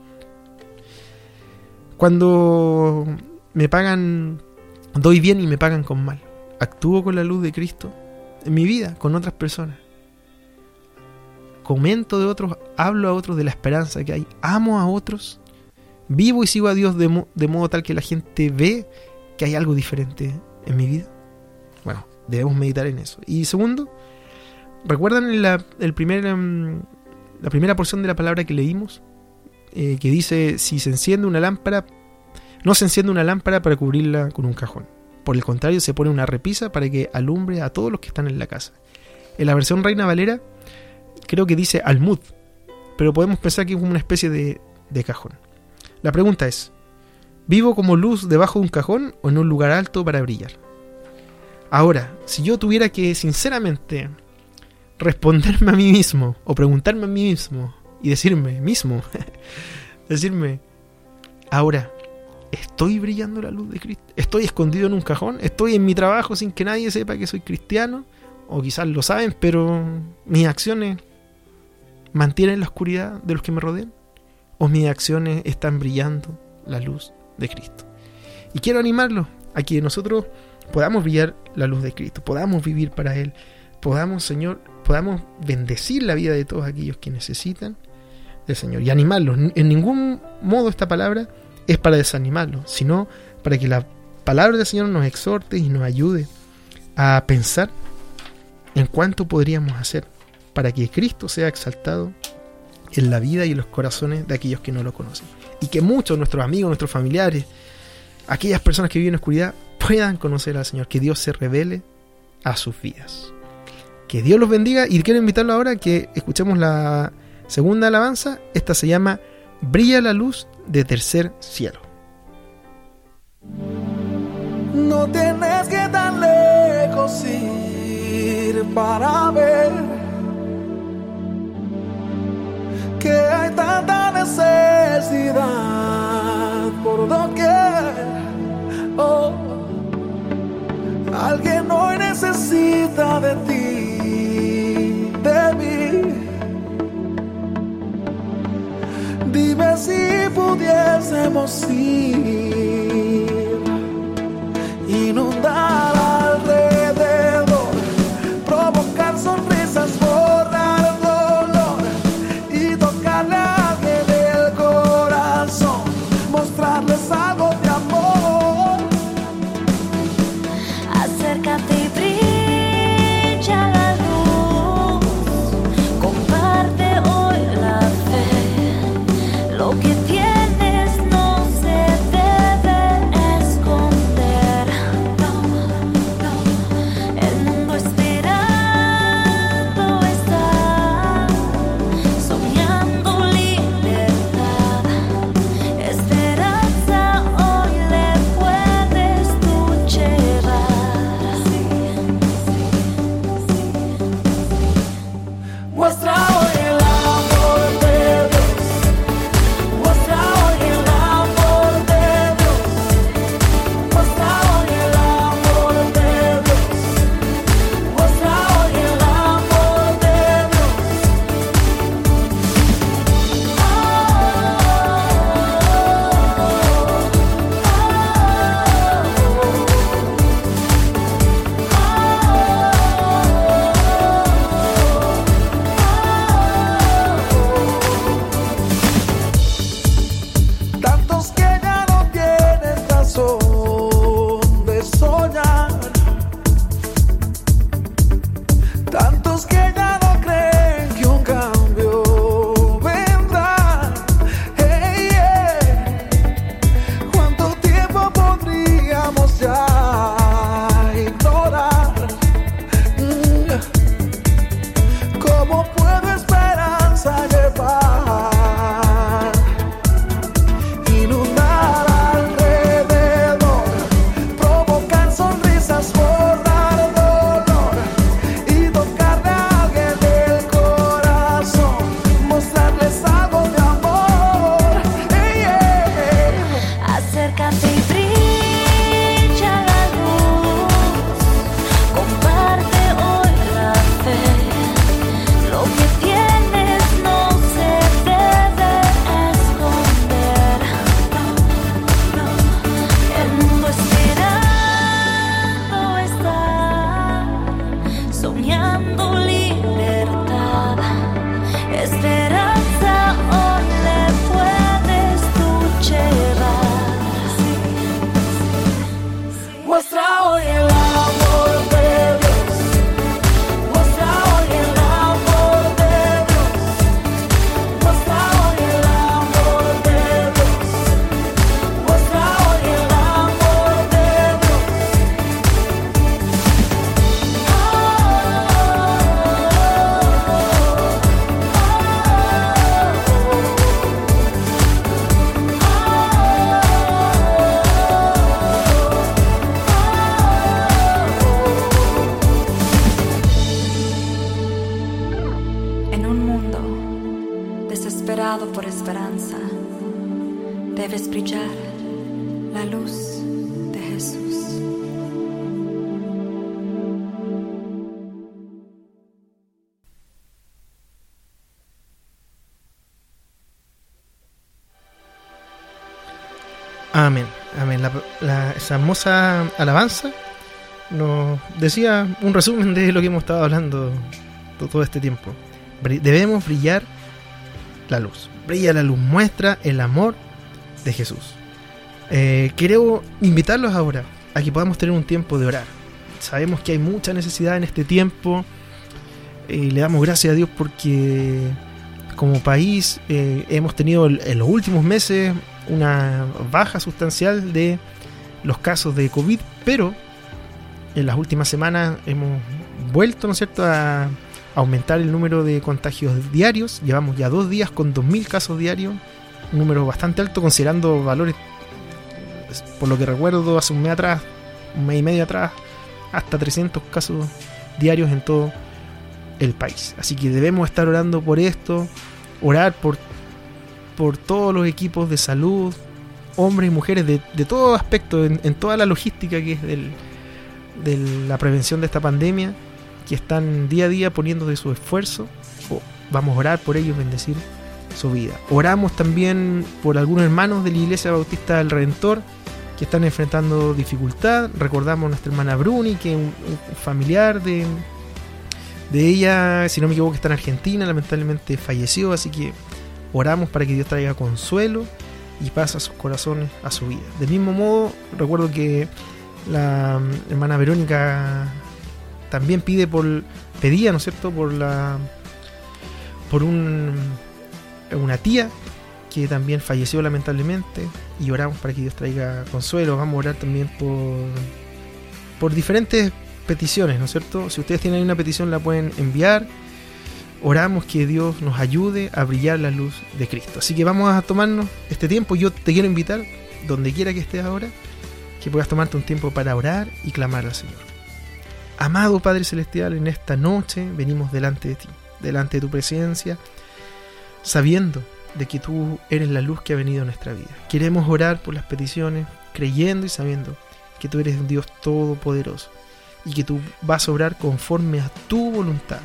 A: Cuando me pagan, doy bien y me pagan con mal, ¿actúo con la luz de Cristo en mi vida, con otras personas? ¿Comento de otros, hablo a otros de la esperanza que hay, amo a otros, vivo y sigo a Dios de, mo- de modo tal que la gente ve que hay algo diferente en mi vida? Bueno, debemos meditar en eso. Y segundo, ¿recuerdan la, el primer, um, la primera porción de la palabra que leímos? Eh, que dice, si se enciende una lámpara, no se enciende una lámpara para cubrirla con un cajón. Por el contrario, se pone una repisa para que alumbre a todos los que están en la casa. En la versión Reina Valera, creo que dice almud, pero podemos pensar que es como una especie de, de cajón. La pregunta es, ¿vivo como luz debajo de un cajón o en un lugar alto para brillar? Ahora, si yo tuviera que sinceramente responderme a mí mismo, o preguntarme a mí mismo, y decirme mismo, decirme, ahora, ¿estoy brillando la luz de Cristo? ¿Estoy escondido en un cajón? ¿Estoy en mi trabajo sin que nadie sepa que soy cristiano? O quizás lo saben, pero mis acciones mantienen la oscuridad de los que me rodean. ¿O mis acciones están brillando la luz de Cristo? Y quiero animarlos a que nosotros podamos brillar la luz de Cristo, podamos vivir para Él, podamos, Señor, podamos bendecir la vida de todos aquellos que necesitan del Señor y animarlos. En ningún modo esta palabra es para desanimarlos, sino para que la palabra del Señor nos exhorte y nos ayude a pensar en cuánto podríamos hacer para que Cristo sea exaltado en la vida y en los corazones de aquellos que no lo conocen. Y que muchos de nuestros amigos, nuestros familiares, aquellas personas que viven en oscuridad, puedan conocer al Señor, que Dios se revele a sus vidas. Que Dios los bendiga, y quiero invitarlos ahora a que escuchemos la segunda alabanza. Esta se llama Brilla la luz de tercer cielo.
B: No tienes que tan lejos ir para ver que hay tanta necesidad por doquier. Oh, alguien hoy necesita de ti, de mí. Dime si pudiésemos ir, inundar alrededor, provocar sonrisas, borrar dolor y tocarle a alguien el corazón, mostrarles algo de amor.
C: Acércate y brilla la luz, comparte hoy la fe, lo que tienes no se debe
B: tantos que ya no creen que un cambio vendrá. Hey, yeah. ¿Cuánto tiempo podríamos ya ignorar? Mm. ¿Cómo puedo esperanza llevar? Inundar alrededor, provocar sonrisas, borrar dolor y tocarle a alguien el corazón, mostrarles algo de amor. Hey, yeah.
D: Acércate y brilla la luz, comparte hoy la fe, lo que tienes no se debe esconder. El mundo esperando está, soñando libertad, esperanza hoy le puedes tú llevar.
B: Muestra hoy el amor de Dios. Muestra hoy el amor de Dios. Muestra hoy el amor de Dios. Muestra hoy el amor de Dios.
D: En un mundo desesperado por esperanza, debes brillar la luz de Jesús.
A: Amén, amén. La, la- esa hermosa alabanza nos decía un resumen de lo que hemos estado hablando to- todo este tiempo. Bri- Debemos brillar la luz. Brilla la luz, muestra el amor de Jesús. Eh, quiero invitarlos ahora a que podamos tener un tiempo de orar. Sabemos que hay mucha necesidad en este tiempo. Eh, le damos gracias a Dios porque como país eh, hemos tenido el- en los últimos meses una baja sustancial de los casos de COVID, pero en las últimas semanas hemos vuelto, ¿no es cierto?, a aumentar el número de contagios diarios. Llevamos ya dos días con dos mil casos diarios, un número bastante alto considerando valores, por lo que recuerdo, hace un mes atrás, un mes y medio atrás, hasta trescientos casos diarios en todo el país. Así que debemos estar orando por esto, orar por, por todos los equipos de salud, hombres y mujeres de, de todo aspecto, en, en toda la logística que es del, de la prevención de esta pandemia, que están día a día poniendo de su esfuerzo. Oh, vamos a orar por ellos, bendecir su vida. Oramos también por algunos hermanos de la Iglesia Bautista del Redentor que están enfrentando dificultad. Recordamos a nuestra hermana Bruni, que es un, un familiar de, de ella, si no me equivoco, está en Argentina, lamentablemente falleció, así que oramos para que Dios traiga consuelo y paz a sus corazones, a su vida. Del mismo modo, recuerdo que la hermana Verónica también pide por, pedía, ¿no es cierto?, por la por un una tía que también falleció lamentablemente, y oramos para que Dios traiga consuelo. Vamos a orar también por por diferentes peticiones, ¿no es cierto? Si ustedes tienen una petición la pueden enviar. Oramos que Dios nos ayude a brillar la luz de Cristo. Así que vamos a tomarnos este tiempo. Yo te quiero invitar, donde quiera que estés ahora, que puedas tomarte un tiempo para orar y clamar al Señor. Amado Padre Celestial, en esta noche venimos delante de ti, delante de tu presencia, sabiendo de que tú eres la luz que ha venido a nuestra vida. Queremos orar por las peticiones, creyendo y sabiendo que tú eres un Dios todopoderoso y que tú vas a obrar conforme a tu voluntad.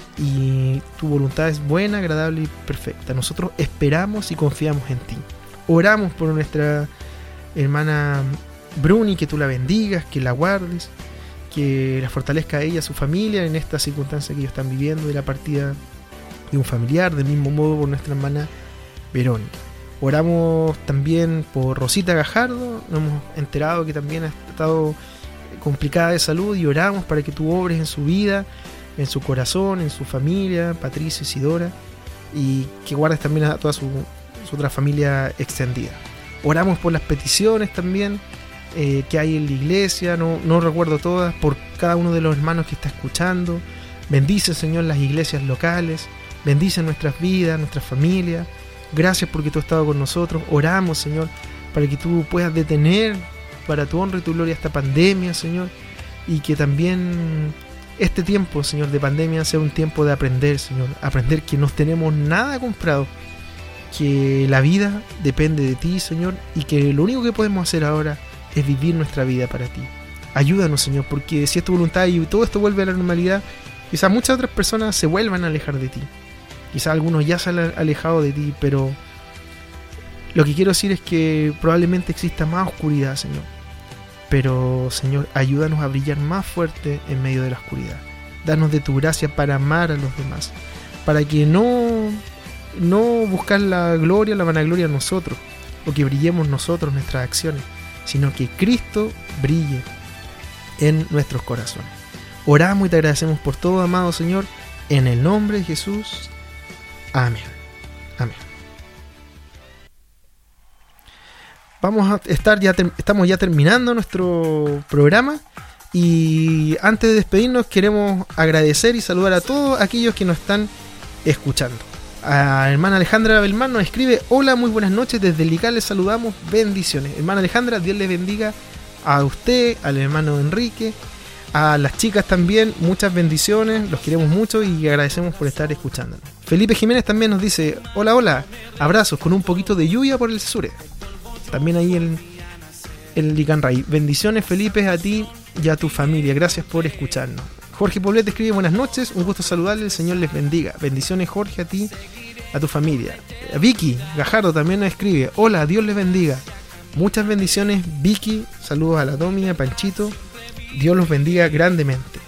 A: Y tu voluntad es buena, agradable y perfecta. Nosotros esperamos y confiamos en ti. Oramos por nuestra hermana Bruni, que tú la bendigas, que la guardes, que la fortalezca a ella, a su familia, en esta circunstancia que ellos están viviendo de la partida de un familiar. Del mismo modo por nuestra hermana Verónica. Oramos también por Rosita Gajardo. Nos hemos enterado que también ha estado complicada de salud, y oramos para que tú obres en su vida, en su corazón, en su familia, Patricio, Isidora, y que guardes también a toda su, su otra familia extendida. Oramos por las peticiones también eh, que hay en la iglesia, no, no recuerdo todas, por cada uno de los hermanos que está escuchando. Bendice, Señor, las iglesias locales, bendice nuestras vidas, nuestras familias. Gracias porque tú has estado con nosotros. Oramos, Señor, para que tú puedas detener para tu honra y tu gloria esta pandemia, Señor, y que también este tiempo, Señor, de pandemia sea un tiempo de aprender, Señor, aprender que no tenemos nada comprado, que la vida depende de ti, Señor, y que lo único que podemos hacer ahora es vivir nuestra vida para ti. Ayúdanos, Señor, porque si es tu voluntad y todo esto vuelve a la normalidad, quizás muchas otras personas se vuelvan a alejar de ti. Quizás algunos ya se han alejado de ti, pero lo que quiero decir es que probablemente exista más oscuridad, Señor. Pero, Señor, ayúdanos a brillar más fuerte en medio de la oscuridad. Danos de tu gracia para amar a los demás, para que no, no buscar la gloria, la vanagloria en nosotros, o que brillemos nosotros nuestras acciones, sino que Cristo brille en nuestros corazones. Oramos y te agradecemos por todo, amado Señor, en el nombre de Jesús. Amén. Amén. Vamos a estar ya ter- estamos ya terminando nuestro programa, y antes de despedirnos queremos agradecer y saludar a todos aquellos que nos están escuchando. A la hermana Alejandra Belmán nos escribe: hola, muy buenas noches, desde Lical les saludamos, bendiciones. Hermana Alejandra, Dios les bendiga a usted, al hermano Enrique, a las chicas también, muchas bendiciones, los queremos mucho y agradecemos por estar escuchándonos. Felipe Jiménez también nos dice: hola, hola, abrazos con un poquito de lluvia por el Sure. También ahí en el Licanray. Bendiciones, Felipe, a ti y a tu familia. Gracias por escucharnos. Jorge Poblete escribe: buenas noches, un gusto saludarle, el Señor les bendiga. Bendiciones, Jorge, a ti, a tu familia. Vicky Gajardo también nos escribe: hola, Dios les bendiga. Muchas bendiciones, Vicky. Saludos a la Domi, a Panchito. Dios los bendiga grandemente.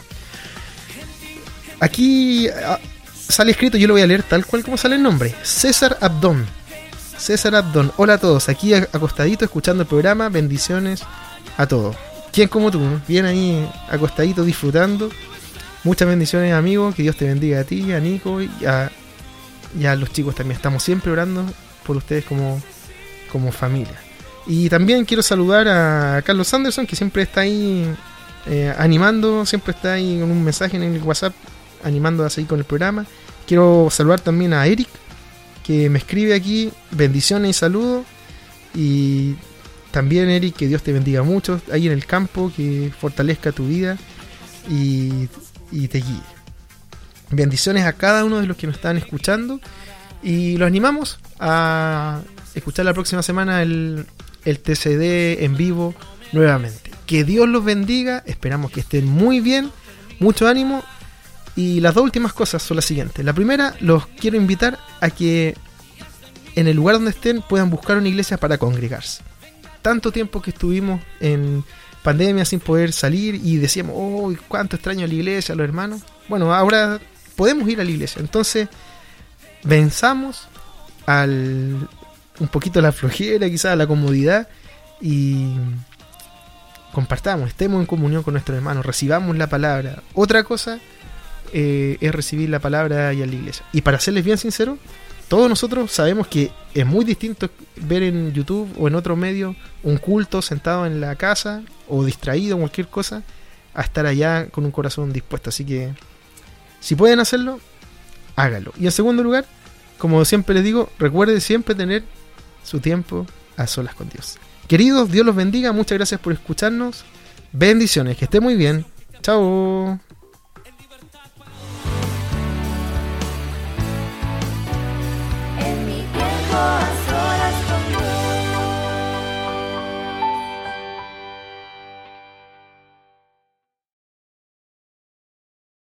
A: Aquí ah, sale escrito, yo lo voy a leer tal cual como sale el nombre: César Abdón. César Abdón, hola a todos, aquí acostadito escuchando el programa, bendiciones a todos. ¿Quién como tú? Bien ahí acostadito disfrutando. Muchas bendiciones, amigo, que Dios te bendiga a ti, a Nico y a, y a los chicos también. Estamos siempre orando por ustedes como, como familia. Y también quiero saludar a Carlos Anderson, que siempre está ahí eh, animando, siempre está ahí con un mensaje en el WhatsApp animando a seguir con el programa. Quiero saludar también a Eric, que me escribe aquí: bendiciones y saludos. Y también, Eric, que Dios te bendiga mucho ahí en el campo, que fortalezca tu vida y, y te guíe. Bendiciones a cada uno de los que nos están escuchando, y los animamos a escuchar la próxima semana el, el T C D en vivo nuevamente. Que Dios los bendiga, esperamos que estén muy bien, mucho ánimo. Y las dos últimas cosas son las siguientes. La primera, los quiero invitar a que en el lugar donde estén puedan buscar una iglesia para congregarse. Tanto tiempo que estuvimos en pandemia sin poder salir y decíamos: oh, cuánto extraño a la iglesia, a los hermanos. Bueno, ahora podemos ir a la iglesia. Entonces, venzamos al un poquito la flojera, quizás la comodidad, y compartamos, estemos en comunión con nuestros hermanos, recibamos la palabra. Otra cosa Eh, es recibir la palabra y a la iglesia. Y para serles bien sinceros, todos nosotros sabemos que es muy distinto ver en YouTube o en otro medio un culto sentado en la casa o distraído o cualquier cosa, a estar allá con un corazón dispuesto. Así que si pueden hacerlo, háganlo. Y en segundo lugar, como siempre les digo, recuerden siempre tener su tiempo a solas con Dios. Queridos, Dios los bendiga, muchas gracias por escucharnos. Bendiciones, que esté muy bien. Chao.